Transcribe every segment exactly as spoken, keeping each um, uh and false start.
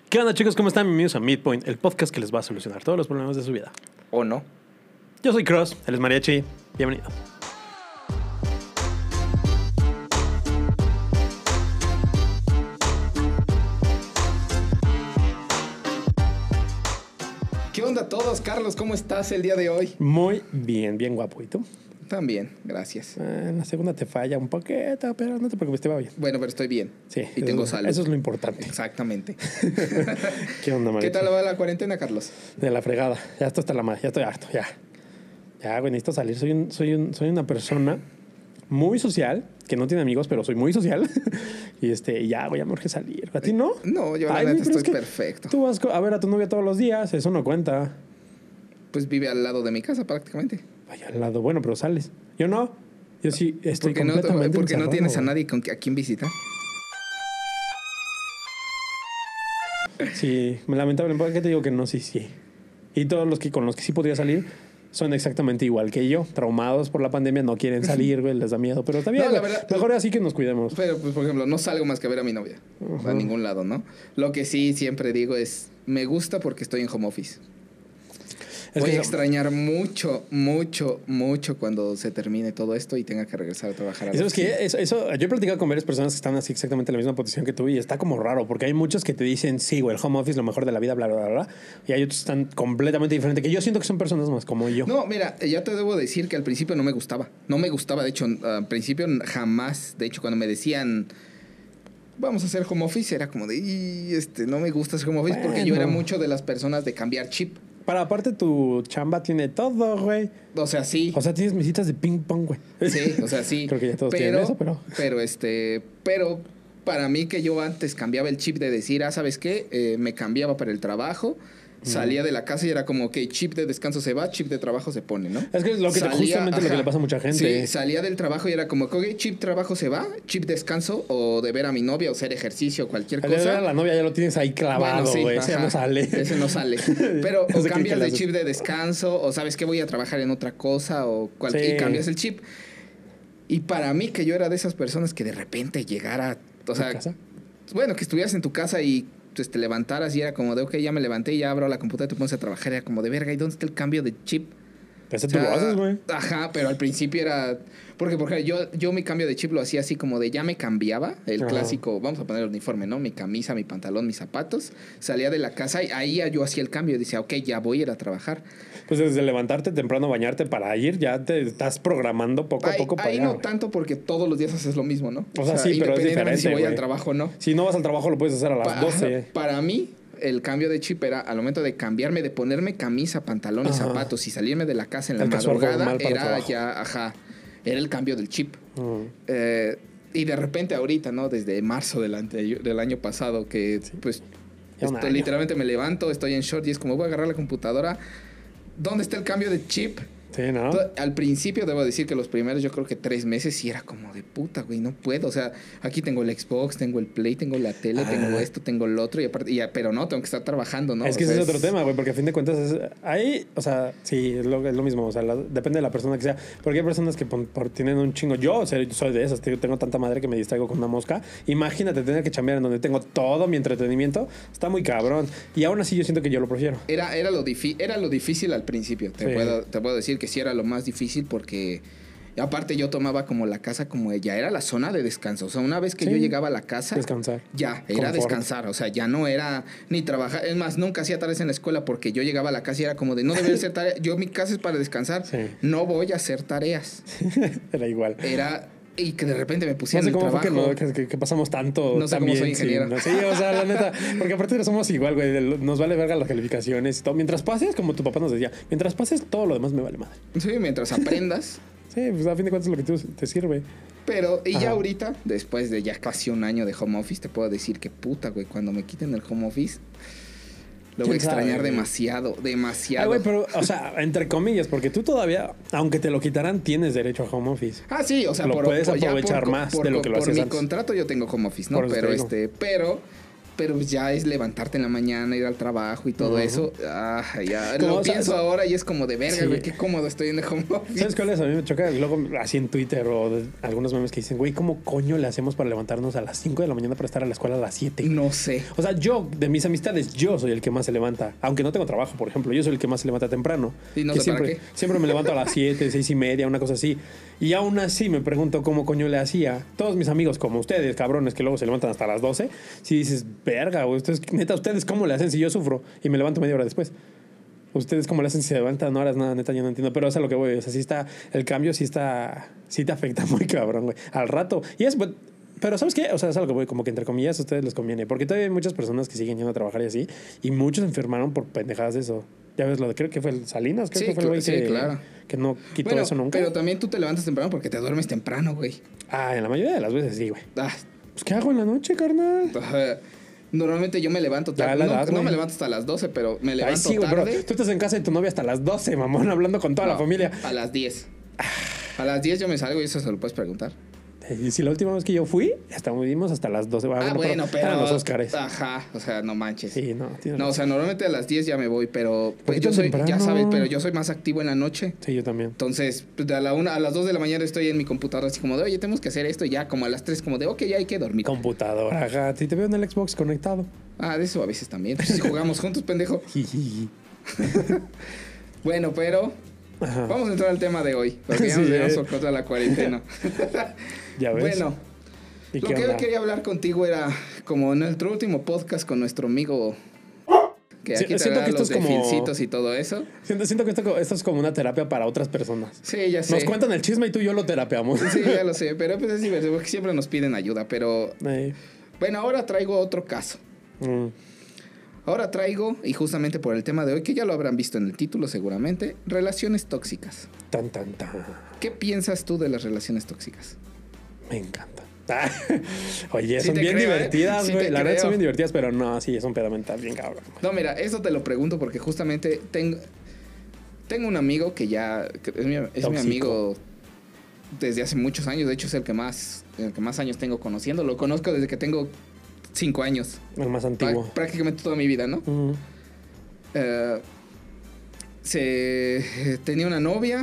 ¿Qué onda, chicos? ¿Cómo están? Bienvenidos a Midpoint, el podcast que les va a solucionar todos los problemas de su vida. ¿O no? Yo soy Cross, él es Mariachi. Bienvenido. ¿Qué onda a todos? Carlos, ¿cómo estás el día de hoy? Muy bien, bien guapo. ¿Y tú? También, gracias. Eh, la segunda te falla un poquito, pero no te preocupes, te va bien. Bueno, pero estoy bien. Sí. Y tengo eso, salud. Eso es lo importante. Exactamente. ¿Qué onda, Mariachi? ¿Qué tal va la cuarentena, Carlos? De la fregada. Ya esto está la madre, ya estoy harto, ya. Ya, güey, necesito salir. Soy, un, soy, un, soy una persona muy social, que no tiene amigos, pero soy muy social. y este, ya, güey, ya me urge salir. ¿A ti no? No, yo la Ay, neta güey, pero estoy es que perfecto. Tú vas a ver a tu novia todos los días, eso no cuenta. Pues vive al lado de mi casa prácticamente. Vaya al lado, bueno, pero sales. Yo no. Yo sí estoy Porque no, completamente porque no encerrado. tienes a nadie con, a quien visitar. Sí, lamentablemente, ¿por qué te digo que no? Sí, sí. Y todos los que con los que sí podía salir son exactamente igual que yo. Traumados por la pandemia, no quieren salir, güey, les da miedo. Pero está bien, No, la güey. verdad, Mejor así que nos cuidemos. Pero, pues, por ejemplo, no salgo más que a ver a mi novia. Uh-huh. A ningún lado, ¿no? Lo que sí siempre digo es, me gusta porque estoy en home office. Es Voy que a extrañar mucho, mucho, mucho cuando se termine todo esto y tenga que regresar a trabajar. A ¿Y sabes qué? Eso, eso, yo he platicado con varias personas que están así exactamente en la misma posición que tú y está como raro porque hay muchos que te dicen, sí, güey, el home office es lo mejor de la vida, bla, bla, bla, bla. Y hay otros que están completamente diferentes, que yo siento que son personas más como yo. No, mira, ya te debo decir que al principio no me gustaba. No me gustaba, de hecho, al principio jamás. De hecho, cuando me decían, vamos a hacer home office, era como de, y este, no me gusta hacer home office bueno. porque yo era mucho de las personas de cambiar chip. Para aparte tu chamba tiene todo, güey. O sea, sí. O sea, tienes mesitas de ping pong, güey. Sí, o sea, sí. Creo que ya todos pero, tienen eso, pero... Pero, este... Pero para mí que yo antes cambiaba el chip de decir, ah, ¿sabes qué? Eh, me cambiaba para el trabajo, mm. salía de la casa y era como, ok, chip de descanso se va, chip de trabajo se pone, ¿no? Es que es lo que salía, te, justamente ajá, lo que le pasa a mucha gente. Sí, salía del trabajo y era como, ok, chip trabajo se va, chip descanso o de ver a mi novia o hacer ejercicio, cualquier Al cosa. ver a la novia ya lo tienes ahí clavado, güey. Bueno, sí, ese no sale. Ese no sale. Pero o cambias de chip de descanso o sabes que voy a trabajar en otra cosa o cualquier, sí. y cambias el chip. Y para mí que yo era de esas personas que de repente llegara, o sea, ¿casa? Bueno, que estuvieras en tu casa y pues, te levantaras y era como de, ok, ya me levanté, ya abro la computadora y te pones a trabajar. Era como de, verga, ¿y dónde está el cambio de chip? Ese tú o sea, lo haces, güey. Ajá, pero al principio era... Porque, por ejemplo, yo, yo mi cambio de chip lo hacía así como de ya me cambiaba. El ajá. clásico, vamos a poner el uniforme, ¿no? Mi camisa, mi pantalón, mis zapatos. Salía de la casa y ahí yo hacía el cambio. Y decía, ok, ya voy a ir a trabajar. Pues desde levantarte temprano, bañarte para ir, ya te estás programando poco a ahí, poco para Ahí allá, no güey. Tanto porque todos los días haces lo mismo, ¿no? O sea, o sea sí, pero es diferente, si voy güey. al trabajo o no. Si no vas al trabajo lo puedes hacer a las pa doce. Para mí... El cambio de chip era al momento de cambiarme, de ponerme camisa, pantalón y zapatos y salirme de la casa en la madrugada, era ya, ajá, era el cambio del chip. Uh-huh. eh, y de repente ahorita, ¿no? Desde marzo del, anterior, del año pasado, que sí. pues estoy, literalmente me levanto, estoy en short y es como voy a agarrar la computadora. ¿Dónde está el cambio de chip? Sí, ¿no? Entonces, al principio debo decir que los primeros yo creo que tres meses sí era como de puta, güey, no puedo. O sea, aquí tengo el Xbox, tengo el Play, tengo la tele, ah. tengo esto, tengo lo otro y aparte, y, pero no, tengo que estar trabajando, ¿no? Es que o sea, ese es otro tema, güey, porque a fin de cuentas es, ahí, o sea, sí, es lo, es lo mismo, o sea, la, depende de la persona que sea. Porque hay personas que por, por tienen un chingo, yo, o sea, yo soy de esas, tengo tanta madre que me distraigo con una mosca. Imagínate tener que chambear en donde tengo todo mi entretenimiento, está muy cabrón. Y aún así yo siento que yo lo prefiero. Era, era, lo, era lo difícil al principio, te, sí. puedo, te puedo decir que sí era lo más difícil. Difícil porque aparte yo tomaba como la casa como ya era la zona de descanso. O sea, una vez que sí. yo llegaba a la casa, descansar. Ya, era Confort. descansar. O sea, ya no era ni trabajar. Es más, nunca hacía tareas en la escuela porque yo llegaba a la casa y era como de no debería hacer tareas. Yo mi casa es para descansar. Sí. No voy a hacer tareas. Era igual. Era... Y que de repente me pusieron no sé cómo el trabajo. Fue que, no, que, que pasamos tanto no sé también. Cómo soy ingeniero. Sí, no, sí, o sea, la neta. Porque aparte somos igual, güey. Nos vale verga las calificaciones y todo. Mientras pases, como tu papá nos decía, mientras pases, todo lo demás me vale madre. Sí, mientras aprendas. Sí, pues a fin de cuentas es lo que tú, te sirve. Pero, y Ajá. ya ahorita, después de ya casi un año de home office, te puedo decir que puta, güey, cuando me quiten el home office... Lo voy a extrañar sabe, demasiado, demasiado. Ay, güey, pero, o sea, entre comillas, porque tú todavía, aunque te lo quitaran, tienes derecho a home office. Ah, sí, o sea, lo por, puedes por, aprovechar por, más por, de lo que lo por hacías mi antes. contrato yo tengo home office, ¿no? Pero este, pero, pero ya es levantarte en la mañana, ir al trabajo y todo uh-huh. eso. Ah, ya. Como, lo pienso ¿sabes? Ahora y es como de verga, güey, sí. qué cómodo estoy en el home office. ¿Sabes cuál es? A mí me choca luego así en Twitter o de, algunos memes que dicen, güey, ¿cómo coño le hacemos para levantarnos a las cinco de la mañana para estar a la escuela a las siete? No sé. O sea, yo, de mis amistades, yo soy el que más se levanta. Aunque no tengo trabajo, por ejemplo, yo soy el que más se levanta temprano. Y no que sé siempre, para qué. Siempre me levanto a las siete, seis y media, una cosa así. Y aún así me pregunto cómo coño le hacía. Todos mis amigos, como ustedes, cabrones, que luego se levantan hasta las doce, si dices, verga, güey, ustedes, neta, ¿ustedes cómo le hacen si yo sufro y me levanto media hora después? ¿Ustedes cómo le hacen si se levantan horas? Nada, neta, yo no entiendo. Pero eso es a lo que voy. O sea, sí está, el cambio sí está, sí te afecta muy cabrón, güey. Al rato. Y es, pero ¿sabes qué? O sea, es a lo que voy, como que entre comillas a ustedes les conviene. Porque todavía hay muchas personas que siguen yendo a trabajar y así. Y muchos enfermaron por pendejadas de eso. Ya ves lo de, creo que fue el Salinas, creo sí, que fue el güey sí, que, claro. que no quitó bueno, eso nunca. Pero también tú te levantas temprano porque te duermes temprano, güey. Ah, en la mayoría de las veces sí, güey. Ah. Pues, ¿qué hago en la noche, carnal? Uh, Normalmente yo me levanto tarde. No, edad, no me levanto hasta las doce, pero me levanto Ay, sí, güey, tarde. Bro. Tú estás en casa de tu novia hasta las doce, mamón, hablando con toda no, la familia. A las diez. A las diez yo me salgo y eso se lo puedes preguntar. Y si la última vez que yo fui, hasta vivimos hasta las doce. Ah, bueno, pero... Eran los Óscares. Ajá, o sea, no manches. Sí, no. No, razón. O sea, normalmente a las diez ya me voy, pero... Pues yo soy, temprano? Ya sabes, pero yo soy más activo en la noche. Sí, yo también. Entonces, pues, a, la una, a las dos de la mañana estoy en mi computadora así como de, oye, tenemos que hacer esto. Y ya como a las tres como de, ok, ya hay que dormir. Computadora, ajá. Si te veo en el Xbox conectado. Ah, de eso a veces también. Pues, si jugamos juntos, pendejo. Bueno, pero... Ajá. Vamos a entrar al tema de hoy. Porque ya sí, nos llevamos por contra la cuarentena. Ya ves. Bueno... Lo que hoy quería hablar contigo era como en nuestro último podcast con nuestro amigo que aquí sí, te da los delfincitos como... y todo eso. Siento, siento que esto, esto es como una terapia para otras personas. Sí, ya sé. Nos cuentan el chisme y tú y yo lo terapeamos. Sí, ya lo sé, pero pues es divertido porque siempre nos piden ayuda, pero... Hey. Bueno, ahora traigo otro caso. Mm. Ahora traigo, y justamente por el tema de hoy, que ya lo habrán visto en el título seguramente, relaciones tóxicas. Tan, tan, tan. ¿Qué piensas tú de las relaciones tóxicas? Me encanta. Oye, sí son bien creo, divertidas, güey. ¿eh? Sí la verdad son bien divertidas, pero no, sí, es un pedo mental bien cabrón. No, mira, eso te lo pregunto porque justamente tengo, tengo un amigo que ya que es, mi, es mi amigo desde hace muchos años. De hecho, es el que más, el que más años tengo conociendo. Lo conozco desde que tengo cinco años. El más antiguo. Prá, prácticamente toda mi vida, ¿no? Uh-huh. Uh, se tenía una novia,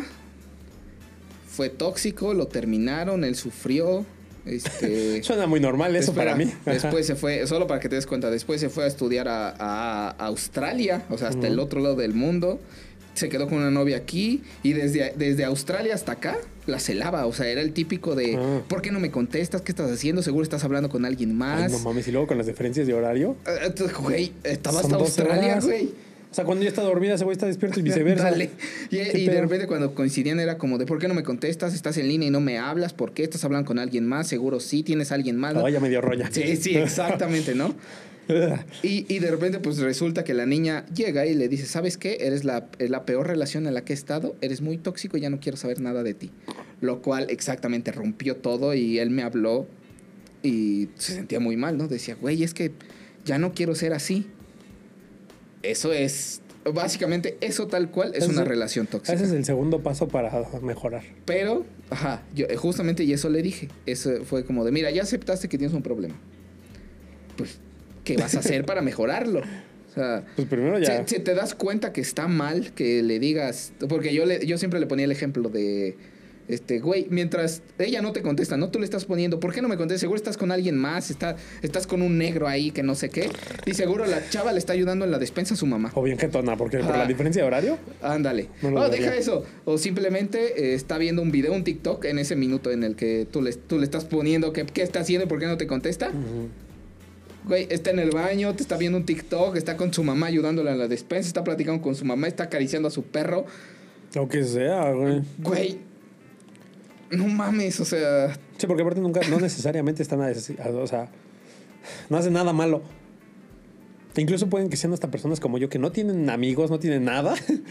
fue tóxico, lo terminaron, él sufrió. Este, Suena muy normal eso espera, para mí. Después se fue, solo para que te des cuenta, después se fue a estudiar a, a, a Australia, o sea, hasta uh-huh. el otro lado del mundo. Se quedó con una novia aquí y desde, desde Australia hasta acá la celaba. O sea, era el típico de, uh-huh. ¿por qué no me contestas? ¿Qué estás haciendo? Seguro estás hablando con alguien más. Ay, no mames, y luego con las diferencias de horario. Uh, güey, estaba hasta Australia, güey. O sea, cuando ella está dormida, ese güey está despierto y viceversa. Dale. Y, y de repente cuando coincidían era como de, ¿por qué no me contestas? Estás en línea y no me hablas. ¿Por qué? ¿Estás hablando con alguien más? Seguro sí, tienes a alguien más. ¿No? Oh, ya me dio rolla. Sí, sí, exactamente, ¿no? y, y de repente pues resulta que la niña llega y le dice, ¿sabes qué? Eres la, la peor relación en la que he estado. Eres muy tóxico y ya no quiero saber nada de ti. Lo cual exactamente rompió todo y él me habló y se sentía muy mal, ¿no? Decía, güey, es que ya no quiero ser así. Eso es, básicamente, eso tal cual es, es una relación tóxica. Ese es el segundo paso para mejorar. Pero, ajá, yo justamente y eso le dije. Eso fue como de, mira, ya aceptaste que tienes un problema. Pues, ¿qué vas a hacer para mejorarlo? O sea, pues primero ya. Si, si te das cuenta que está mal, que le digas, porque yo, le, yo siempre le ponía el ejemplo de... Este, güey, mientras ella no te contesta, no tú le estás poniendo, ¿por qué no me contestas? Seguro estás con alguien más, está, estás con un negro ahí que no sé qué. Y seguro la chava le está ayudando en la despensa a su mamá. O bien jetona, porque ah, por la diferencia de horario. Ándale. No, no deja eso. O simplemente eh, está viendo un video, un TikTok en ese minuto en el que tú le, tú le estás poniendo que, qué está haciendo y por qué no te contesta. Uh-huh. Güey, está en el baño, te está viendo un TikTok, está con su mamá ayudándole en la despensa, está platicando con su mamá, está acariciando a su perro. Lo que sea, güey. Güey. No mames, o sea... Sí, porque aparte nunca, no necesariamente están a, o sea, no hacen nada malo. Incluso pueden que sean hasta personas como yo que no tienen amigos, no tienen nada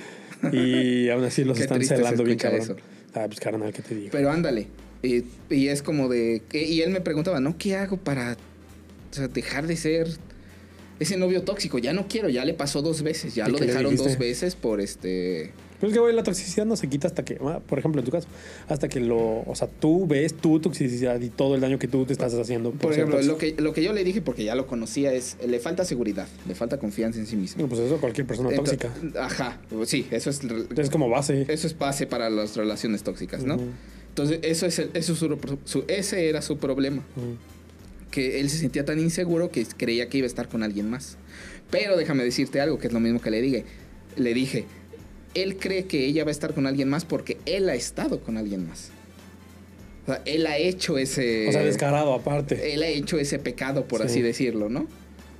y aún así los están celando bien cabrón. Eso. Ah, pues carnal, ¿qué te digo? Pero ándale. Y, y es como de... Y él me preguntaba, ¿no? ¿Qué hago para o sea, dejar de ser ese novio tóxico? Ya no quiero, ya le pasó dos veces. Ya lo dejaron dos veces por este... Pero es que, güey, la toxicidad no se quita hasta que, por ejemplo, en tu caso, hasta que lo, o sea, tú ves tu toxicidad y todo el daño que tú te estás haciendo. Por, por ejemplo, lo que, lo que yo le dije, porque ya lo conocía, es, le falta seguridad, le falta confianza en sí mismo. No, pues eso cualquier persona Entonces, tóxica. Ajá, sí, eso es... Es como base. Eso es base para las relaciones tóxicas, ¿no? Uh-huh. Entonces, eso es el, eso es su, su, ese era su problema. Uh-huh. Que él se sentía tan inseguro que creía que iba a estar con alguien más. Pero déjame decirte algo, que es lo mismo que le dije. Le dije... Él cree que ella va a estar con alguien más porque él ha estado con alguien más. O sea, él ha hecho ese... O sea, descarado aparte. Él ha hecho ese pecado, por sí. así decirlo, ¿no?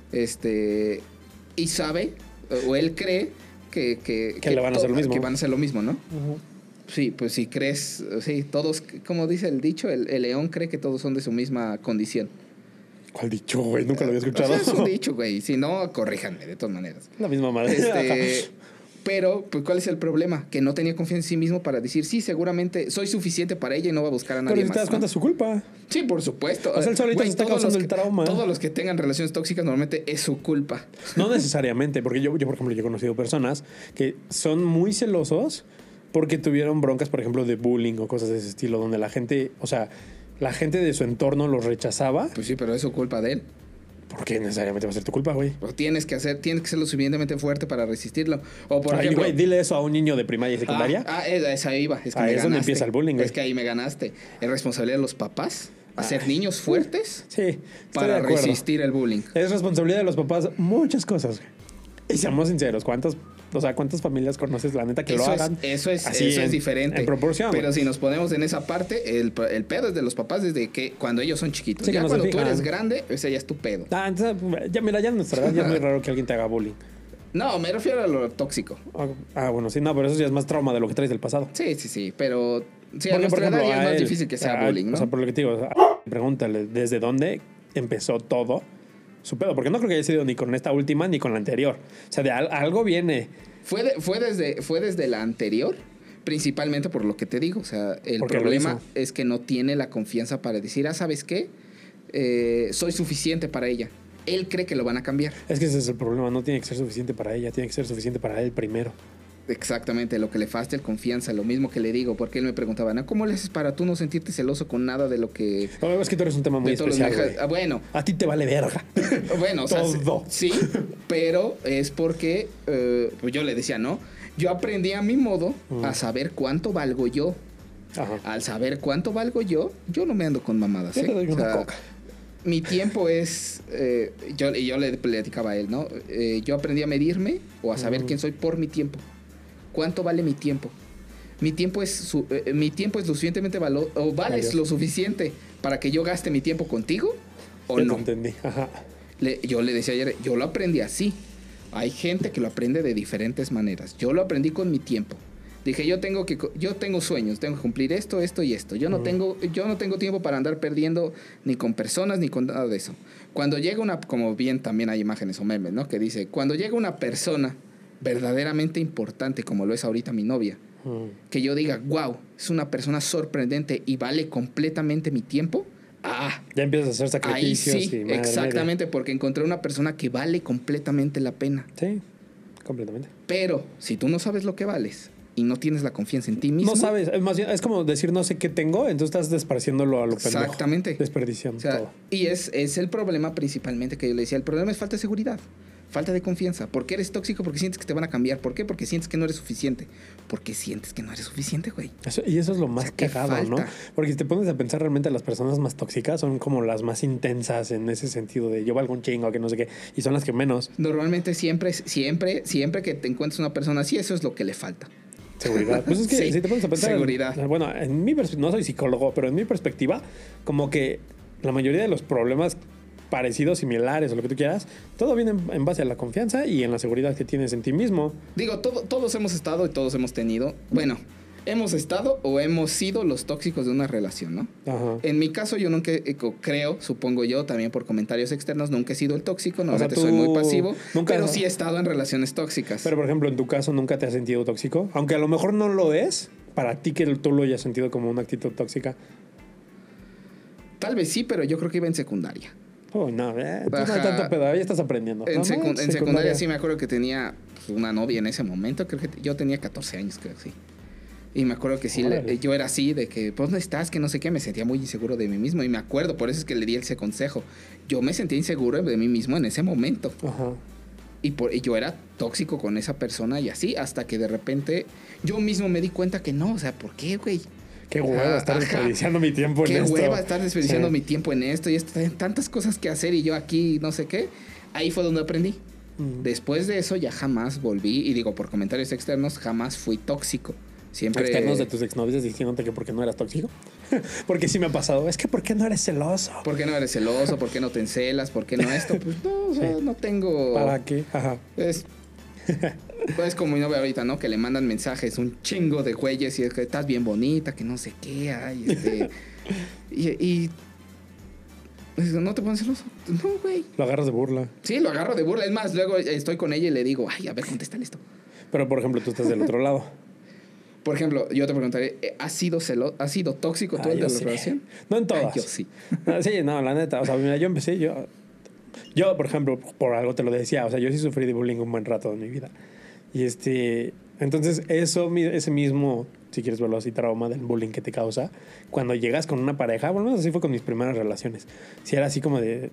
Este... Y sabe, o él cree que... Que, que, que le van a hacer lo mismo. Que van a hacer lo mismo, ¿no? Uh-huh. Sí, pues si crees... Sí, todos... Como dice el dicho, el, el león cree que todos son de su misma condición. ¿Cuál dicho, güey? Nunca lo había escuchado. O sea, es un dicho, güey. Si no, corríjanme, de todas maneras. La misma madre. Este... Pero, pues, ¿cuál es el problema? Que no tenía confianza en sí mismo para decir, sí, seguramente soy suficiente para ella y no va a buscar a nadie Pero más. ¿te das cuenta? Es su culpa. Sí, por supuesto. O sea, él solito se está causando el trauma. Todos los que tengan relaciones tóxicas normalmente es su culpa. No necesariamente, porque yo, yo, por ejemplo, yo he conocido personas que son muy celosos porque tuvieron broncas, por ejemplo, de bullying o cosas de ese estilo, donde la gente, o sea, la gente de su entorno los rechazaba. Pues sí, pero es su culpa de él. ¿Por qué necesariamente va a ser tu culpa, güey? O tienes que hacer, tienes que ser lo suficientemente fuerte para resistirlo. O por Ay, ejemplo, güey, dile eso a un niño de primaria y secundaria. Ah, ah esa iba. Es que ah, me es ganaste. donde empieza el bullying, güey. Es que ahí me ganaste. Es responsabilidad de los papás hacer Ay. niños fuertes sí, para resistir el bullying. Es responsabilidad de los papás muchas cosas, güey. Y seamos sinceros, ¿cuántas, o sea, ¿cuántas familias conoces, la neta, que eso lo es, hagan? Eso es, así eso en, es diferente. En proporción. Pero güey. si nos ponemos en esa parte, el, el pedo es de los papás desde que cuando ellos son chiquitos. Sí, ya no cuando tú eres grande, ese ya es tu pedo. Ah, entonces, ya mira, ya en nuestra edad ya es muy raro que alguien te haga bullying. No, me refiero a lo tóxico. Ah, ah, bueno, sí, no, pero eso ya es más trauma de lo que traes del pasado. Sí, sí, sí, pero... Sí, Porque, a nuestra por ejemplo, edad ya es más él, difícil que sea a, bullying, ¿no? O sea, por lo que te digo, o sea, pregúntale, ¿desde dónde empezó todo su pedo? Porque no creo que haya sido ni con esta última ni con la anterior. O sea, de al, algo viene... Fue, de, fue, desde, fue desde la anterior, principalmente por lo que te digo. O sea, el problema es que no tiene la confianza para decir, ah, ¿sabes qué? Eh, soy suficiente para ella. Él cree que lo van a cambiar. Es que ese es el problema. No tiene que ser suficiente para ella, tiene que ser suficiente para él primero. Exactamente, lo que le falta es confianza, lo mismo que le digo, porque él me preguntaba, ¿no? ¿Cómo le haces para tú no sentirte celoso con nada de lo que... No, es que tú eres un tema muy especial, ah, bueno. A ti te vale verga. Bueno, o sea, todo. Sí, pero es porque eh, pues yo le decía, ¿no? Yo aprendí a mi modo uh-huh. a saber cuánto valgo yo. Ajá. Al saber cuánto valgo yo, yo no me ando con mamadas, yo ¿eh? te doy o una sea, coca. Mi tiempo es... Eh, yo, yo le platicaba a él, ¿no? Eh, yo aprendí a medirme o a saber uh-huh. quién soy por mi tiempo. ¿Cuánto vale mi tiempo? Mi tiempo es, su, eh, mi tiempo es lo suficientemente valor o vales lo suficiente para que yo gaste mi tiempo contigo o ya no. Te entendí. Ajá. Le, yo le decía ayer, yo lo aprendí así. Hay gente que lo aprende de diferentes maneras. Yo lo aprendí con mi tiempo. Dije, yo tengo que yo tengo sueños, tengo que cumplir esto, esto y esto. Yo no uh-huh. tengo yo no tengo tiempo para andar perdiendo ni con personas ni con nada de eso. Cuando llega una, como bien también hay imágenes o memes, ¿no? Que dice, cuando llega una persona verdaderamente importante como lo es ahorita mi novia, mm. que yo diga, wow, es una persona sorprendente y vale completamente mi tiempo, ah, ya empiezas a hacer sacrificios. Ahí sí, y exactamente, media. Porque encontré una persona que vale completamente la pena. Sí, completamente. Pero si tú no sabes lo que vales y no tienes la confianza en ti mismo, no sabes, es, más bien, es como decir no sé qué tengo, entonces estás desparciéndolo a lo pendejo. Exactamente. Desperdiciando o sea, todo. Y es, es el problema principalmente que yo le decía, el problema es falta de seguridad. Falta de confianza. ¿Por qué eres tóxico? Porque sientes que te van a cambiar. ¿Por qué? Porque sientes que no eres suficiente. Porque sientes que no eres suficiente, güey. Eso, y eso es lo más o sea, cagado, ¿no? Porque si te pones a pensar, realmente las personas más tóxicas son como las más intensas en ese sentido de yo valgo un chingo, que no sé qué. Y son las que menos. Normalmente siempre, siempre, siempre que te encuentres una persona así, eso es lo que le falta. Seguridad. Pues es que sí, si te pones a pensar... Seguridad. Bueno, en mi pers- no soy psicólogo, pero en mi perspectiva, como que la mayoría de los problemas parecidos, similares o lo que tú quieras, todo viene en, en base a la confianza y en la seguridad que tienes en ti mismo. Digo, todo, todos hemos estado y todos hemos tenido, bueno, hemos estado o hemos sido los tóxicos de una relación, ¿no? Ajá. En mi caso yo nunca, creo, supongo yo, también por comentarios externos, nunca he sido el tóxico, normalmente o sea, soy muy pasivo, nunca, pero sí he estado en relaciones tóxicas. Pero por ejemplo, en tu caso, ¿nunca te has sentido tóxico? Aunque a lo mejor no lo es, para ti que tú lo hayas sentido como una actitud tóxica. Tal vez sí, pero yo creo que iba en secundaria. Oh, no, eh, tú no hay tanto pedo, ya estás aprendiendo. En, ¿no? secu en secundaria, secundaria sí me acuerdo que tenía una novia en ese momento, creo que yo tenía catorce años, creo que sí. Y me acuerdo que sí, le, yo era así, de que, pues, ¿dónde estás? Que no sé qué, me sentía muy inseguro de mí mismo. Y me acuerdo, por eso es que le di ese consejo. Yo me sentía inseguro de mí mismo en ese momento. Ajá. Y, por, y yo era tóxico con esa persona y así, hasta que de repente yo mismo me di cuenta que no, o sea, ¿por qué, güey? Qué hueva ah, estar desperdiciando mi tiempo en qué esto. Qué hueva estar desperdiciando sí. mi tiempo en esto y esto, tantas cosas que hacer y yo aquí no sé qué. Ahí fue donde aprendí. Mm. Después de eso ya jamás volví, y digo, por comentarios externos, jamás fui tóxico. Siempre... Externos de tus exnovios diciéndote que por qué no eras tóxico. Porque sí me ha pasado. Es que ¿por qué no eres celoso? ¿Por qué no eres celoso? ¿Por qué no te encelas? ¿Por qué no esto? Pues no, o sea, sí. no tengo... ¿Para qué? Ajá. Es... Pues como mi novia ahorita, ¿no? Que le mandan mensajes, un chingo de güeyes y es que estás bien bonita, que no sé qué, ay, este... y... y no te pones celoso. No, güey. Lo agarras de burla. Sí, lo agarro de burla. Es más, luego estoy con ella y le digo, ay, a ver, contéstale esto. Pero, por ejemplo, tú estás del otro lado. Por ejemplo, yo te preguntaré, ¿has sido celo ¿has sido tóxico tú ah, en la sí. relación? No en todas. Ay, yo sí. Sí, no, la neta. O sea, mira, yo empecé, yo... Yo, por ejemplo, por algo te lo decía, o sea, yo sí sufrí de bullying un buen rato de mi vida. Y este... Entonces, eso, ese mismo, si quieres verlo así, trauma del bullying que te causa, cuando llegas con una pareja, bueno, así fue con mis primeras relaciones. Si era así como de...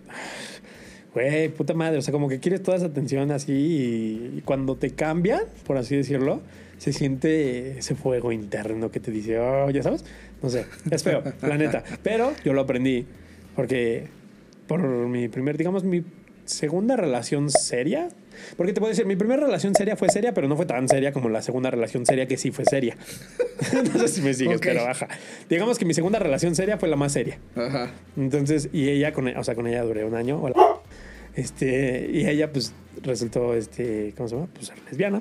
Güey, puta madre, o sea, como que quieres toda esa atención así y, y cuando te cambian, por así decirlo, se siente ese fuego interno que te dice, oh, ya sabes, no sé, es feo, la neta. Pero yo lo aprendí porque por mi primer, digamos, mi segunda relación seria, porque te puedo decir, mi primera relación seria fue seria, pero no fue tan seria como la segunda relación seria que sí fue seria. No sé si me sigues, okay. Pero baja. Digamos que mi segunda relación seria fue la más seria. Ajá. Entonces, y ella, con, o sea, con ella duré un año. Hola. Este, y ella, pues, resultó, este, ¿cómo se llama? Pues, ser lesbiana.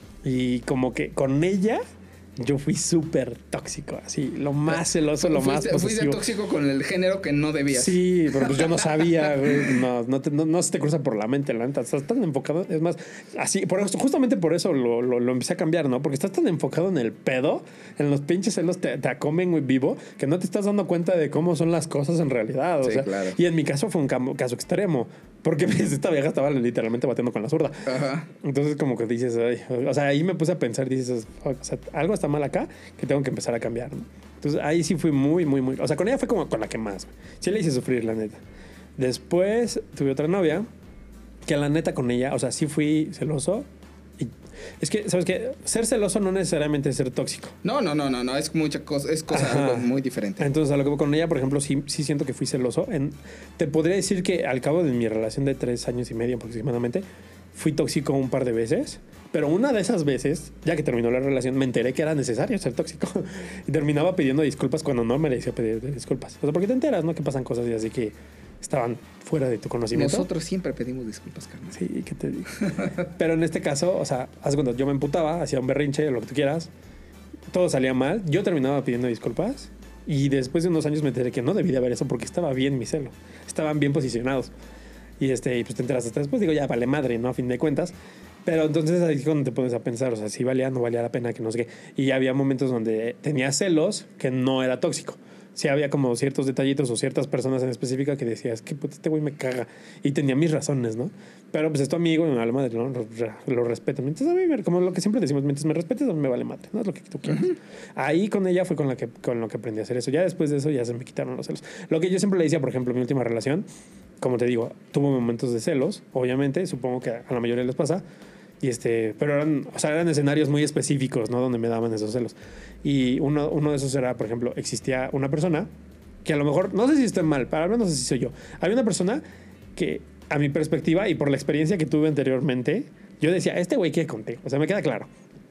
Y como que con ella yo fui súper tóxico, así, lo más celoso, lo fuiste, más posesivo. Fuiste tóxico con el género que no debías. Sí, pero pues yo no sabía, güey, no, no, te, no, no se te cruza por la mente, la neta, estás tan enfocado, es más, así, por eso, justamente por eso lo, lo, lo empecé a cambiar, ¿no? Porque estás tan enfocado en el pedo, en los pinches celos te, te acomen, güey, vivo, que no te estás dando cuenta de cómo son las cosas en realidad, o sí, sea, claro. Y en mi caso fue un caso extremo, porque esta vieja estaba literalmente batiendo con la zurda. Ajá. Entonces como que dices, ay, o sea, ahí me puse a pensar, dices, o sea, algo está mal acá, que tengo que empezar a cambiar, ¿no? Entonces ahí sí fui muy, muy, muy... O sea, con ella fue como con la que más. Sí le hice sufrir, la neta. Después tuve otra novia, que la neta con ella, o sea, sí fui celoso. Y es que, ¿sabes qué? Ser celoso no necesariamente es ser tóxico. No, no, no, no, no. Es mucha cosa, es cosa algo muy diferente. Entonces, a lo que con ella, por ejemplo, sí, sí siento que fui celoso. En, te podría decir que al cabo de mi relación de tres años y medio aproximadamente, fui tóxico un par de veces. Pero una de esas veces, ya que terminó la relación, me enteré que era necesario ser tóxico. Y terminaba pidiendo disculpas cuando no merecía pedir disculpas. O sea, porque te enteras, ¿no? Que pasan cosas y así que estaban fuera de tu conocimiento. Nosotros siempre pedimos disculpas, carnal. Sí, ¿qué te digo? Pero en este caso, o sea, haz cuando yo me emputaba, hacía un berrinche, lo que tú quieras. Todo salía mal. Yo terminaba pidiendo disculpas. Y después de unos años me enteré que no debí de haber eso porque estaba bien mi celo. Estaban bien posicionados. Y este, y pues te enteras hasta después. Digo, ya vale madre, ¿no? A fin de cuentas. Pero entonces ahí es cuando te pones a pensar, o sea, si valía, no valía la pena, que no sé qué. Y había momentos donde tenía celos que no era tóxico. Sí había como ciertos detallitos o ciertas personas en específica que decías, que puta, este güey me caga. Y tenía mis razones, ¿no? Pero pues es tu amigo y me vale madre, ¿no? Lo, lo respeto. Mientras a mí, como lo que siempre decimos, mientras me respetes, a mí me vale madre, ¿no? Es lo que tú quieras. Uh-huh. Ahí con ella fue con, la que, con lo que aprendí a hacer eso. Ya después de eso ya se me quitaron los celos. Lo que yo siempre le decía, por ejemplo, mi última relación, como te digo, tuvo momentos de celos, obviamente, supongo que a la mayoría les pasa. Y este, pero eran, o sea, eran escenarios muy específicos, ¿no? Donde me daban esos celos. Y uno, uno de esos era, por ejemplo, existía una persona que a lo mejor, no sé si estoy mal, pero al menos así soy yo. Había una persona que, a mi perspectiva y por la experiencia que tuve anteriormente, yo decía, este güey quiere contigo. O sea, me queda claro.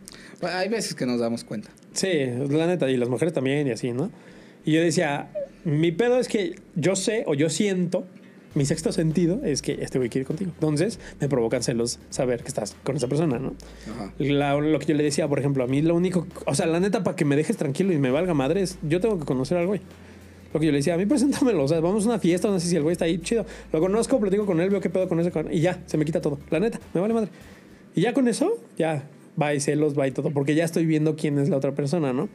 Hay veces que nos damos cuenta. Sí, la neta, y las mujeres también y así, ¿no? Y yo decía, mi pedo es que yo sé o yo siento, mi sexto sentido es que este güey quiere ir contigo. Entonces me provocan celos saber que estás con esa persona, ¿no? Ajá. La, lo que yo le decía, por ejemplo, a mí lo único... O sea, la neta, para que me dejes tranquilo y me valga madre es... Yo tengo que conocer al güey. Lo que yo le decía, a mí preséntamelo. O sea, vamos a una fiesta, no sé si el güey está ahí, chido. Lo conozco, platico con él, veo qué pedo con ese... Y ya, se me quita todo. La neta, me vale madre. Y ya con eso, ya, va y celos, va y todo. Porque ya estoy viendo quién es la otra persona, ¿no?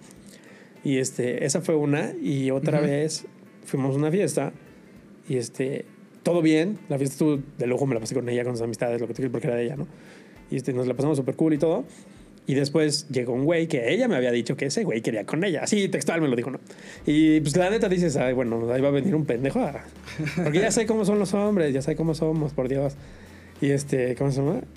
Y este, esa fue una. Y otra uh-huh. vez fuimos a una fiesta y este... todo bien, la fiesta estuvo de lujo, me la pasé con ella, con sus amistades, lo que tú quieras, porque era de ella, ¿no? Y este, nos la pasamos súper cool y todo. Y después llegó un güey que ella me había dicho que ese güey quería con ella. Así, textual me lo dijo, ¿no? Y pues la neta dices, ay, bueno, ahí va a venir un pendejo. Ah. Porque ya sé cómo son los hombres, ya sé cómo somos, por Dios. Y este, ¿cómo se llama?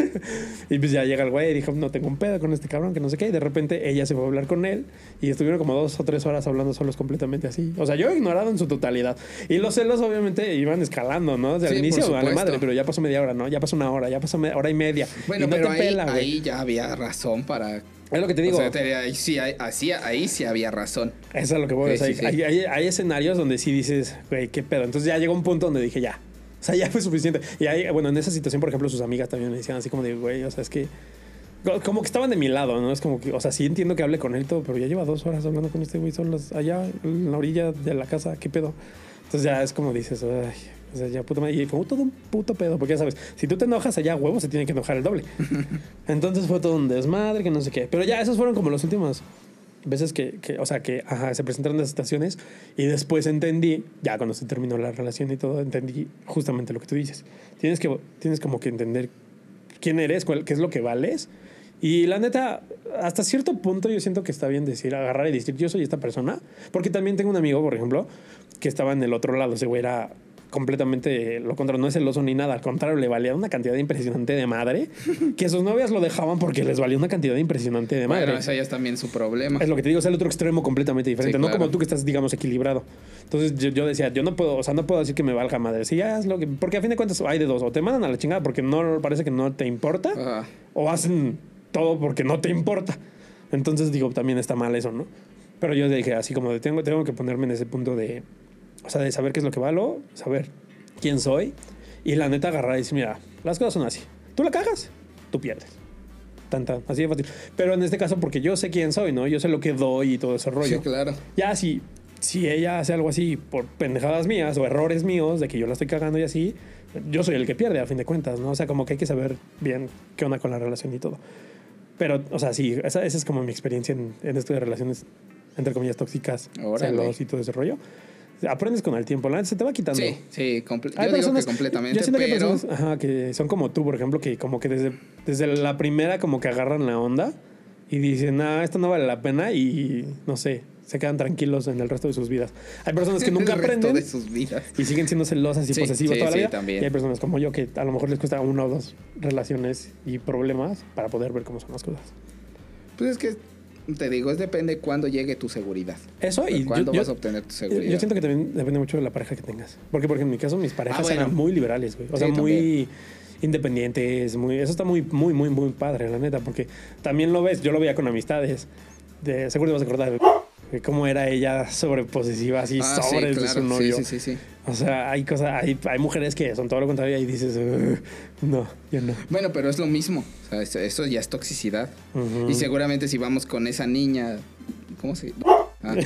Y pues ya llega el güey y dijo, no tengo un pedo con este cabrón, que no sé qué. Y de repente ella se fue a hablar con él y estuvieron como dos o tres horas hablando solos completamente así. O sea, yo he ignorado en su totalidad. Y los celos obviamente iban escalando, ¿no? Desde sí, el inicio, vale madre, pero ya pasó media hora, ¿no? Ya pasó una hora, ya pasó media, hora y media. Bueno, y no pero te ahí, pela, güey. ahí ya había razón para... Es lo que te digo. O sea, ahí sí, ahí, así, ahí sí había razón. Eso es lo que voy a decir. Sí, sí, sí. Hay, hay, hay escenarios donde sí dices, güey, qué pedo. Entonces ya llegó un punto donde dije, ya. O sea, ya fue suficiente. Y ahí, bueno, en esa situación, por ejemplo, sus amigas también me decían así como de, güey, o sea, es que... Como que estaban de mi lado, ¿no? Es como que, o sea, sí entiendo que hable con él y todo, pero ya lleva dos horas hablando con este güey solos allá en la orilla de la casa, ¿qué pedo? Entonces ya es como dices, ay, o sea, ya puta madre. Y fue todo un puto pedo, porque ya sabes, si tú te enojas allá, huevo, se tiene que enojar el doble. Entonces fue todo un desmadre, que no sé qué. Pero ya esos fueron como los últimos veces que, que o sea, que ajá, se presentaron las situaciones y después entendí, ya cuando se terminó la relación y todo, entendí justamente lo que tú dices. Tienes que, tienes como que entender quién eres, cuál, qué es lo que vales. Y la neta, hasta cierto punto yo siento que está bien decir, agarrar y decir, yo soy esta persona. Porque también tengo un amigo, por ejemplo, que estaba en el otro lado. Ese güey era completamente lo contrario, no es celoso ni nada. Al contrario, le valía una cantidad impresionante de madre que sus novias lo dejaban porque les valía una cantidad impresionante de madre. Bueno, ese ya es también su problema. Es lo que te digo, es el otro extremo completamente diferente. Sí, claro. No como tú que estás, digamos, equilibrado. Entonces yo, yo decía, yo no puedo, o sea, no puedo decir que me valga madre. Si ya es lo que, porque a fin de cuentas hay de dos. O te mandan a la chingada porque no parece que no te importa, uh-huh. o hacen todo porque no te importa. Entonces digo, también está mal eso, ¿no? Pero yo dije así como de tengo, tengo que ponerme en ese punto de, o sea, de saber qué es lo que valo, saber quién soy y la neta agarrar y decir, mira, las cosas son así. Tú la cagas, tú pierdes. Tan, tan, así de fácil. Pero en este caso porque yo sé quién soy, ¿no? Yo sé lo que doy y todo ese rollo. Sí, claro. Ya si, si ella hace algo así por pendejadas mías o errores míos de que yo la estoy cagando y así, yo soy el que pierde a fin de cuentas, ¿no? O sea, como que hay que saber bien qué onda con la relación y todo. Pero, o sea, sí, esa, esa es como mi experiencia en, en esto de relaciones, entre comillas, tóxicas, celos y todo ese rollo. Aprendes con el tiempo, la neta se te va quitando. Sí, sí, comple- yo personas, digo que completamente, yo siento pero... que hay personas ajá, que son como tú, por ejemplo, que como que desde, desde la primera como que agarran la onda y dicen, ah, esto no vale la pena y, no sé, se quedan tranquilos en el resto de sus vidas. Hay personas que nunca el aprenden resto de sus vidas. Y siguen siendo celosas y sí, posesivas sí, toda la sí, vida. También. Y hay personas como yo que a lo mejor les cuesta una o dos relaciones y problemas para poder ver cómo son las cosas. Pues es que, te digo, es depende cuándo llegue tu seguridad. Eso y cuándo yo, vas yo, a obtener tu seguridad. Yo siento que también depende mucho de la pareja que tengas. Porque, porque en mi caso, mis parejas ah, bueno. eran muy liberales, güey. O sí, sea, muy también. Independientes. Muy, eso está muy, muy, muy, muy padre, la neta. Porque también lo ves, yo lo veía con amistades. De, seguro te vas a acordar de cómo era ella sobreposesiva, así ah, sobre sí, claro. de su novio. Sí, sí, sí, sí. O sea, hay cosas, hay, hay mujeres que son todo lo contrario y dices, uh, no, yo no. Bueno, pero es lo mismo. O sea, eso, eso ya es toxicidad. Uh-huh. Y seguramente si vamos con esa niña, ¿cómo se? Ah,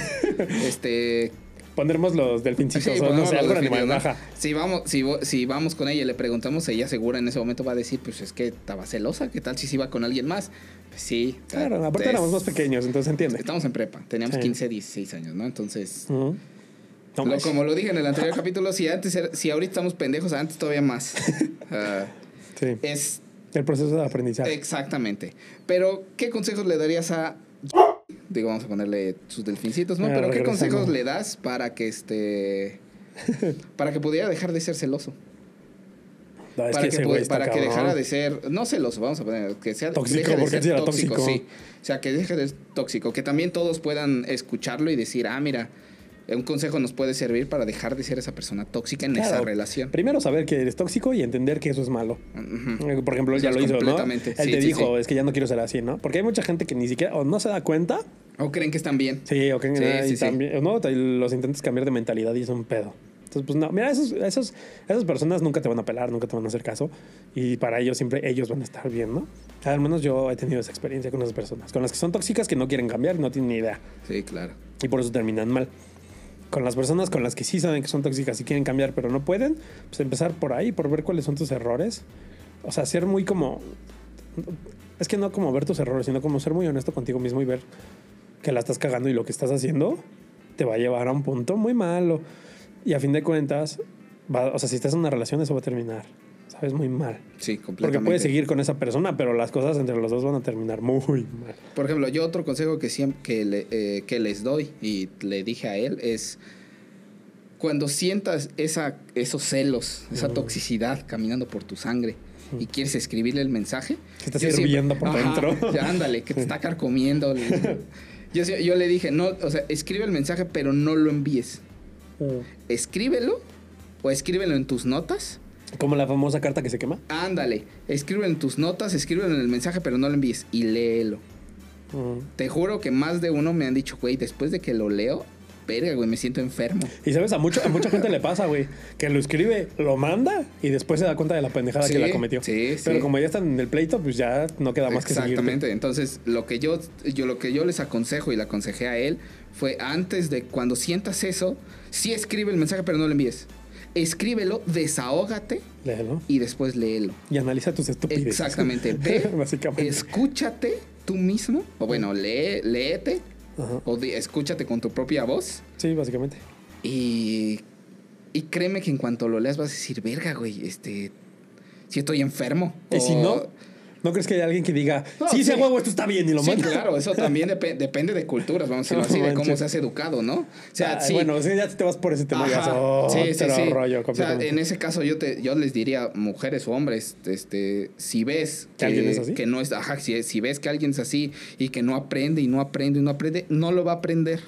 este. Pondremos los delfincitos sí, o no sé, algo animal baja. Si vamos, si, si vamos con ella y le preguntamos, ella segura en ese momento va a decir, pues es que estaba celosa, ¿qué tal si se iba con alguien más? Pues sí. Claro, aparte es, éramos más pequeños, entonces entiende. Estamos en prepa, teníamos sí. quince, dieciséis años, ¿no? Entonces, uh-huh. no lo, como lo dije en el anterior capítulo, si antes era, si ahorita estamos pendejos, antes todavía más. Uh, sí. Es el proceso de aprendizaje. Exactamente. Pero, ¿qué consejos le darías a... Digo, vamos a ponerle sus delfincitos, ¿no? Mira, pero ¿qué consejos le das para que este... para que pudiera dejar de ser celoso? No, es para que, que, pu- para que cabrón. dejara de ser... No celoso, vamos a poner... Que sea, tóxico, deje de porque ser era tóxico, tóxico. sí. O sea, que deje de ser tóxico. Que también todos puedan escucharlo y decir, ah, mira... Un consejo nos puede servir para dejar de ser esa persona tóxica en claro. esa relación. Primero saber que eres tóxico y entender que eso es malo. Uh-huh. Por ejemplo, él ya lo hizo, ¿no? Él sí, te sí, dijo, sí. es que ya no quiero ser así, ¿no? Porque hay mucha gente que ni siquiera o no se da cuenta. O creen que están bien. Sí, o creen que sí, nada, sí, y sí. también, ¿no? Los intentas cambiar de mentalidad y es un pedo. Entonces, pues no. Mira, esos, esos, esas personas nunca te van a pelar, nunca te van a hacer caso. Y para ellos siempre ellos van a estar bien, ¿no? Al menos yo he tenido esa experiencia con esas personas. Con las que son tóxicas, que no quieren cambiar y no tienen ni idea. Sí, claro. Y por eso terminan mal. Con las personas con las que sí saben que son tóxicas y quieren cambiar pero no pueden, pues empezar por ahí, por ver cuáles son tus errores. O sea, ser muy como... Es que no como ver tus errores, sino como ser muy honesto contigo mismo y ver que la estás cagando y lo que estás haciendo te va a llevar a un punto muy malo. Y a fin de cuentas, va, o sea, si estás en una relación, eso va a terminar, ¿sabes? Muy mal. Sí, completamente. Porque puedes seguir con esa persona, pero las cosas entre los dos van a terminar muy mal. Por ejemplo, yo otro consejo que siempre que, le, eh, que les doy y le dije a él es cuando sientas esa, esos celos, esa mm. toxicidad caminando por tu sangre mm. y quieres escribirle el mensaje. Que estás hirviendo por dentro. Ya, ándale, que te está carcomiendo. yo, yo le dije, no, o sea, escribe el mensaje, pero no lo envíes. Mm. Escríbelo o escríbelo en tus notas. Como la famosa carta que se quema. Ándale, escríbelo en tus notas, escríbelo en el mensaje, pero no lo envíes y léelo. Uh-huh. Te juro que más de uno me han dicho, güey, después de que lo leo, verga, güey, me siento enfermo. Y sabes, a, mucho, a mucha gente le pasa, güey, que lo escribe, lo manda y después se da cuenta de la pendejada sí, que la cometió. Sí, pero sí. como ya están en el pleito, pues ya no queda más que seguir. Exactamente. Entonces, lo que yo, yo, lo que yo les aconsejo y le aconsejé a él fue antes de cuando sientas eso, sí escribe el mensaje, pero no lo envíes. Escríbelo, desahógate léelo. Y después léelo. Y analiza tus estupideces. Exactamente. Ve, básicamente. Escúchate tú mismo, o bueno, lee, léete, ajá. O de, escúchate con tu propia voz. Sí, básicamente. Y, y créeme que en cuanto lo leas vas a decir, verga, güey, este, si estoy enfermo. Y o, si no... ¿No crees que hay alguien que diga, no, sí, ese sí. huevo, esto está bien y lo sí, manda? Sí, claro, eso también dep- depende de culturas, vamos a decirlo así, de cómo se has educado, ¿no? O sea, ah, sí. Bueno, si ya te vas por ese tema, ya oh, sí, sí, sí. rollo o sea, en ese caso yo te yo les diría, mujeres o hombres, este, si ves que, ¿Que alguien es así? Que no es, ajá, si, si ves que alguien es así y que no aprende y no aprende y no aprende, no lo va a aprender.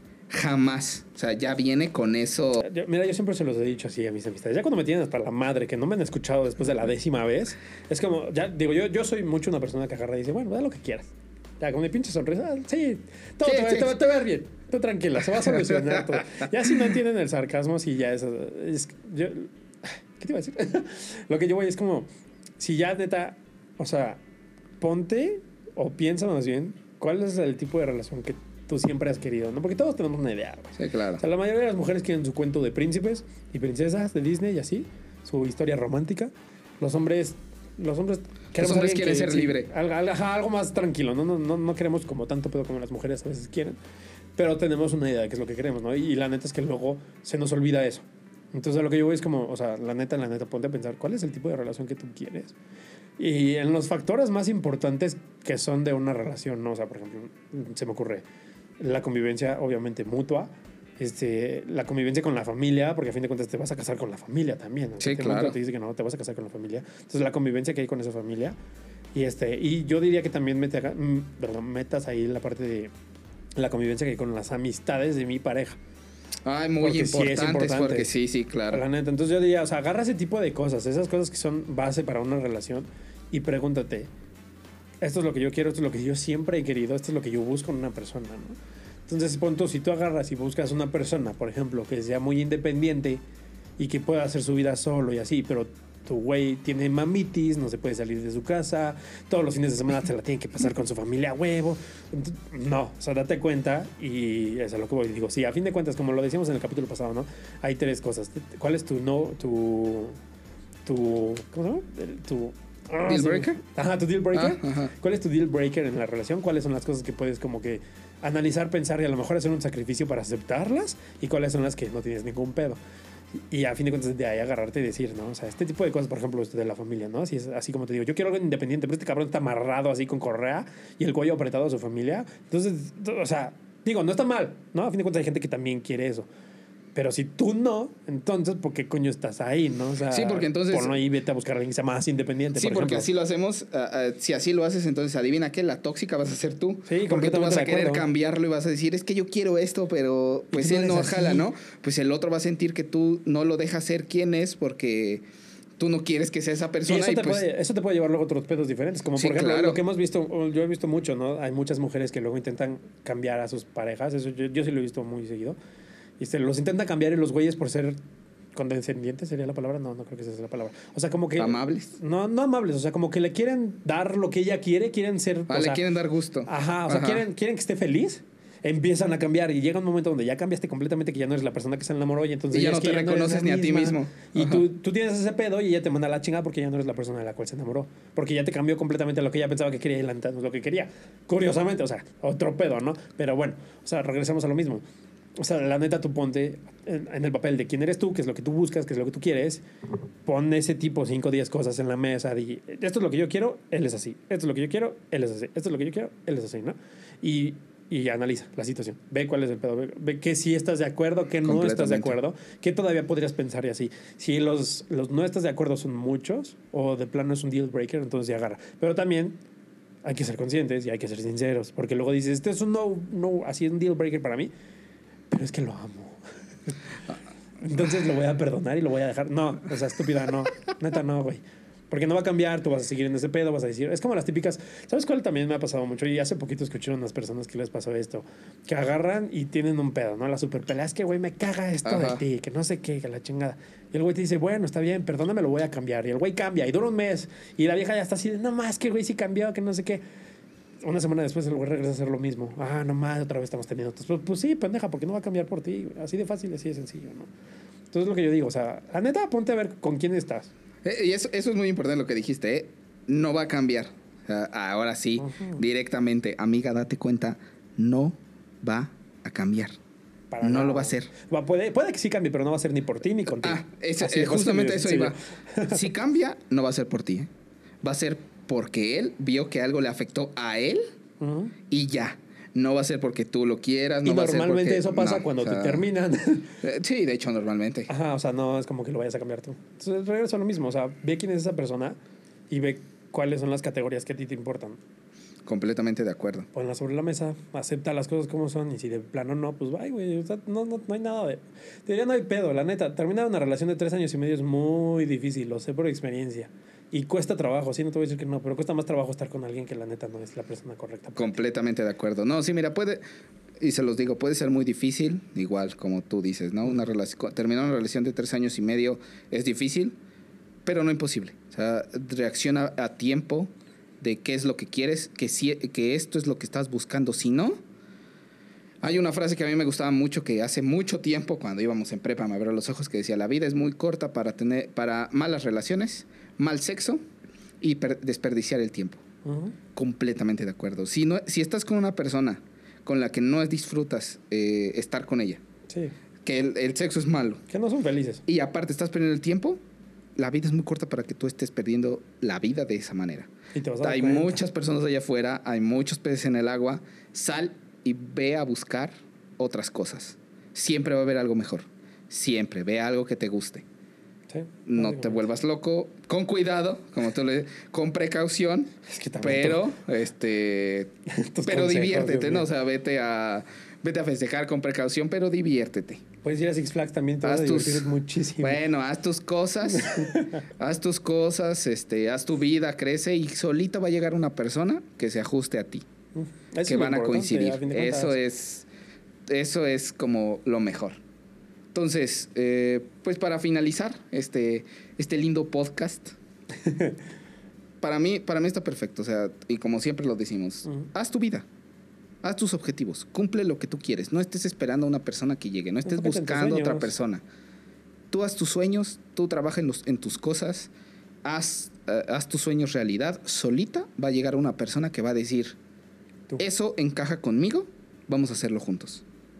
Jamás. O sea, ya viene con eso. Yo, mira, yo siempre se los he dicho así a mis amistades. Ya cuando me tienen hasta la madre, que no me han escuchado después de la décima vez, es como, ya digo, yo, yo soy mucho una persona que agarra y dice, bueno, da lo que quieras. Ya, con mi pinche sonrisa, sí, todo sí, te, sí, te, sí. te va a ver bien. Tú tranquila, se va a solucionar todo. Ya si no entienden el sarcasmo, si ya es, es yo, ¿qué te iba a decir? Lo que yo voy es como, si ya neta, o sea, ponte o piensa más bien cuál es el tipo de relación que tú siempre has querido, ¿no? Porque todos tenemos una idea, güey. Sí, claro. O sea, la mayoría de las mujeres quieren su cuento de príncipes y princesas de Disney y así, su historia romántica. Los hombres, los hombres los hombres quieren que, ser sí, libre. Algo, algo más tranquilo, ¿no? No, no, no queremos como tanto pedo como las mujeres a veces quieren, pero tenemos una idea de qué es lo que queremos, ¿no? Y, y la neta es que luego se nos olvida eso. Entonces, a lo que yo voy es como, o sea, la neta, la neta, ponte a pensar cuál es el tipo de relación que tú quieres. Y en los factores más importantes que son de una relación, ¿no? O sea, por ejemplo, se me ocurre la convivencia, obviamente, mutua. Este, la convivencia con la familia, porque a fin de cuentas te vas a casar con la familia también, ¿no? Sí, te claro. Te dice que no, te vas a casar con la familia. Entonces, la convivencia que hay con esa familia. Y, este, y yo diría que también mete, perdón, metas ahí la parte de la convivencia que hay con las amistades de mi pareja. Ay, muy porque importantes, sí es importante, porque sí, sí, claro. La neta, entonces yo diría, o sea, agarra ese tipo de cosas, esas cosas que son base para una relación y pregúntate, esto es lo que yo quiero, esto es lo que yo siempre he querido, esto es lo que yo busco en una persona, ¿no? Entonces, punto, si tú agarras y buscas una persona, por ejemplo, que sea muy independiente y que pueda hacer su vida solo y así, pero tu güey tiene mamitis, no se puede salir de su casa, todos los fines de semana se la tiene que pasar con su familia a huevo. No, o sea, date cuenta y eso es lo que voy. Digo, sí, a fin de cuentas, como lo decíamos en el capítulo pasado, ¿no? Hay tres cosas. ¿Cuál es tu no, tu, tu, ¿cómo se llama? Tu... Oh, ¿Deal breaker? Ajá, tu deal breaker. Ah, ajá. ¿Cuál es tu deal breaker en la relación? ¿Cuáles son las cosas que puedes como que analizar, pensar y a lo mejor hacer un sacrificio para aceptarlas? ¿Y cuáles son las que no tienes ningún pedo? Y a fin de cuentas de ahí agarrarte y decir, ¿no? O sea, este tipo de cosas, por ejemplo, de la familia, ¿no? Así, es, así como te digo, yo quiero algo independiente, pero este cabrón está amarrado así con correa y el cuello apretado a su familia. Entonces, o sea, digo, no está mal, ¿no? A fin de cuentas hay gente que también quiere eso. Pero si tú no, entonces, ¿por qué coño estás ahí, no? O sea, sí, porque entonces... por no ir, vete a buscar a alguien que sea más independiente, sí, por porque ejemplo. así lo hacemos. Uh, uh, si así lo haces, entonces adivina qué, la tóxica vas a ser tú. Sí, porque tú vas a querer acuerdo. cambiarlo y vas a decir, es que yo quiero esto, pero pues él no jala, ¿no? Pues el otro va a sentir que tú no lo dejas ser quien es porque tú no quieres que sea esa persona. Sí, eso, y te pues... puede, eso te puede llevar luego a otros pedos diferentes. Como sí, por ejemplo, claro. lo que hemos visto, yo he visto mucho, ¿no? Hay muchas mujeres que luego intentan cambiar a sus parejas. Eso yo, yo sí lo he visto muy seguido. Y se los intentan cambiar y los güeyes por ser condescendientes, ¿sería la palabra? No, no creo que esa sea la palabra. O sea, como que... Amables. No, no amables. O sea, como que le quieren dar lo que ella quiere, quieren ser... Ah, o le sea, quieren dar gusto. Ajá, o sea, Ajá. quieren, quieren que esté feliz. Empiezan a cambiar y llega un momento donde ya cambiaste completamente, que ya no eres la persona que se enamoró y entonces... Y ya no es te que reconoces no ni a ti mismo. Y tú, tú tienes ese pedo y ella te manda a la chingada porque ya no eres la persona de la cual se enamoró. Porque ya te cambió completamente lo que ella pensaba que quería y la no es lo que quería. Curiosamente, o sea, otro pedo, ¿no? Pero bueno, o sea, regresamos a lo mismo. O sea, la neta, tú ponte en, en el papel de quién eres tú, qué es lo que tú buscas, qué es lo que tú quieres. Pon ese tipo cinco o diez cosas en la mesa. Di, esto es lo que yo quiero, él es así. Esto es lo que yo quiero, él es así. Esto es lo que yo quiero, él es así, ¿no? Y, y analiza la situación. Ve cuál es el pedo. Ve, ve que sí estás de acuerdo, que no estás de acuerdo. Que todavía podrías pensar y así. Si los, los no estás de acuerdo son muchos o de plano es un deal breaker, entonces ya agarra. Pero también hay que ser conscientes y hay que ser sinceros. Porque luego dices, este es un no, no, así es un deal breaker para mí. Pero es que lo amo. Entonces lo voy a perdonar y lo voy a dejar. No, o sea, estúpida, no. Neta, no, güey. Porque no va a cambiar, tú vas a seguir en ese pedo, vas a decir... Es como las típicas... ¿Sabes cuál también me ha pasado mucho? Y hace poquito escuché a unas personas que les pasó esto. Que agarran y tienen un pedo, ¿no? La super pelea. Es que, güey, me caga esto Ajá. de ti. Que no sé qué, que la chingada. Y el güey te dice, bueno, está bien, perdóname, lo voy a cambiar. Y el güey cambia y dura un mes. Y la vieja ya está así de, no más, que güey sí cambió, que no sé qué. Una semana después el güey regresa a hacer lo mismo. Ah, nomás, otra vez estamos teniendo. Pues, pues sí, pendeja, porque no va a cambiar por ti. Así de fácil, así de sencillo, ¿no? Entonces es lo que yo digo. O sea, la neta, ponte a ver con quién estás. Eh, y eso, eso es muy importante lo que dijiste, ¿eh? No va a cambiar. O sea, ahora sí, uh-huh. directamente, amiga, date cuenta, no va a cambiar. Para no nada. Lo va a hacer. Va, puede, puede que sí cambie, pero no va a ser ni por ti ni contigo. Ah, eso, eh, justamente eso iba. Si cambia, no va a ser por ti. ¿eh? Va a ser porque él vio que algo le afectó a él uh-huh. y ya. No va a ser porque tú lo quieras. No y va normalmente a ser porque, eso pasa no, cuando o sea, te terminan. Sí, de hecho, normalmente. Ajá, o sea, no es como que lo vayas a cambiar tú. Entonces, regreso a lo mismo. O sea, ve quién es esa persona y ve cuáles son las categorías que a ti te importan. Completamente de acuerdo. Ponla sobre la mesa, acepta las cosas como son y si de plano no, pues bye, güey. O sea, no, no, no hay nada de... Te diría, no hay pedo, la neta. Terminar una relación de tres años y medio es muy difícil, lo sé por experiencia. Y cuesta trabajo, sí, no te voy a decir que no, pero cuesta más trabajo estar con alguien que la neta no es la persona correcta. Completamente de acuerdo. No, sí, mira, puede, y se los digo, puede ser muy difícil, igual como tú dices, ¿no? Una relación, terminar una relación de tres años y medio es difícil, pero no imposible. O sea, reacciona a tiempo de qué es lo que quieres, que, si, que esto es lo que estás buscando. Si no, hay una frase que a mí me gustaba mucho, que hace mucho tiempo, cuando íbamos en prepa, me abrió los ojos, que decía, la vida es muy corta para tener para malas relaciones, mal sexo y per- desperdiciar el tiempo. Uh-huh. Completamente de acuerdo. Si, no, si estás con una persona con la que no disfrutas eh, estar con ella, sí. que el, el sexo es malo, que no son felices, y aparte estás perdiendo el tiempo, la vida es muy corta para que tú estés perdiendo la vida de esa manera. Y te vas a dar hay cuenta. Muchas personas allá afuera, hay muchos peces en el agua. Sal y ve a buscar otras cosas. Siempre va a haber algo mejor. Siempre. Ve algo que te guste. Sí, no te vuelvas loco. Con cuidado, como tú le con precaución. Es que pero, tú... este... pero consejos, diviértete, ¿no? O sea, vete a... Vete a festejar con precaución, pero diviértete. Puedes ir a Six Flags también, te vas a divertir tus, muchísimo. Bueno, haz tus cosas, haz tus cosas, este, haz tu vida, crece y solito va a llegar una persona que se ajuste a ti, eso que van a coincidir. Eso es, eso es como lo mejor. Entonces, eh, pues para finalizar este, este lindo podcast, para mí, para mí está perfecto. O sea, y como siempre lo decimos, uh-huh. haz tu vida. Haz tus objetivos, cumple lo que tú quieres. No estés esperando a una persona que llegue, no estés Enfócate buscando a otra persona. Tú haz tus sueños, tú trabaja en, los, en tus cosas, haz, uh, haz tus sueños realidad. Solita va a llegar una persona que va a decir, tú. Eso encaja conmigo, vamos a hacerlo juntos.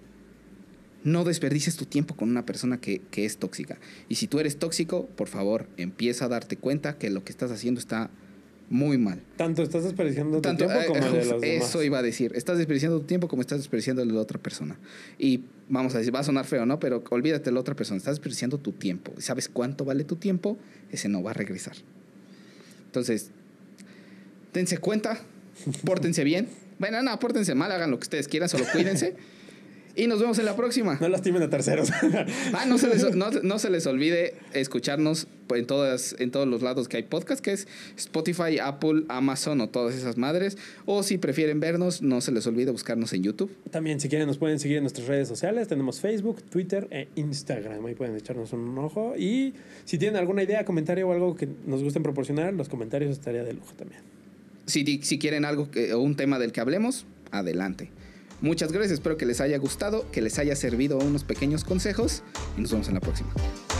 No desperdicies tu tiempo con una persona que, que es tóxica. Y si tú eres tóxico, por favor, empieza a darte cuenta que lo que estás haciendo está muy mal. Tanto estás desperdiciando tu Tanto, tiempo como eh, el de los demás. Eso iba a decir. Estás desperdiciando tu tiempo como estás desperdiciando el de la otra persona. Y vamos a decir, va a sonar feo, ¿no? Pero olvídate de la otra persona. Estás desperdiciando tu tiempo. ¿Sabes cuánto vale tu tiempo? Ese no va a regresar. Entonces, dense cuenta. Pórtense bien. Bueno, no, pórtense mal. Hagan lo que ustedes quieran. Solo cuídense. Y nos vemos en la próxima. No lastimen a terceros. Ah, no se les, no, no se les olvide escucharnos en, todas, en todos los lados que hay podcast, que es Spotify, Apple, Amazon o todas esas madres. O si prefieren vernos, no se les olvide buscarnos en YouTube. También, si quieren, nos pueden seguir en nuestras redes sociales. Tenemos Facebook, Twitter e Instagram. Ahí pueden echarnos un ojo. Y si tienen alguna idea, comentario o algo que nos gusten proporcionar, los comentarios estaría de lujo también. Si, si quieren algo que, o un tema del que hablemos, adelante. Muchas gracias, espero que les haya gustado, que les haya servido unos pequeños consejos y nos vemos en la próxima.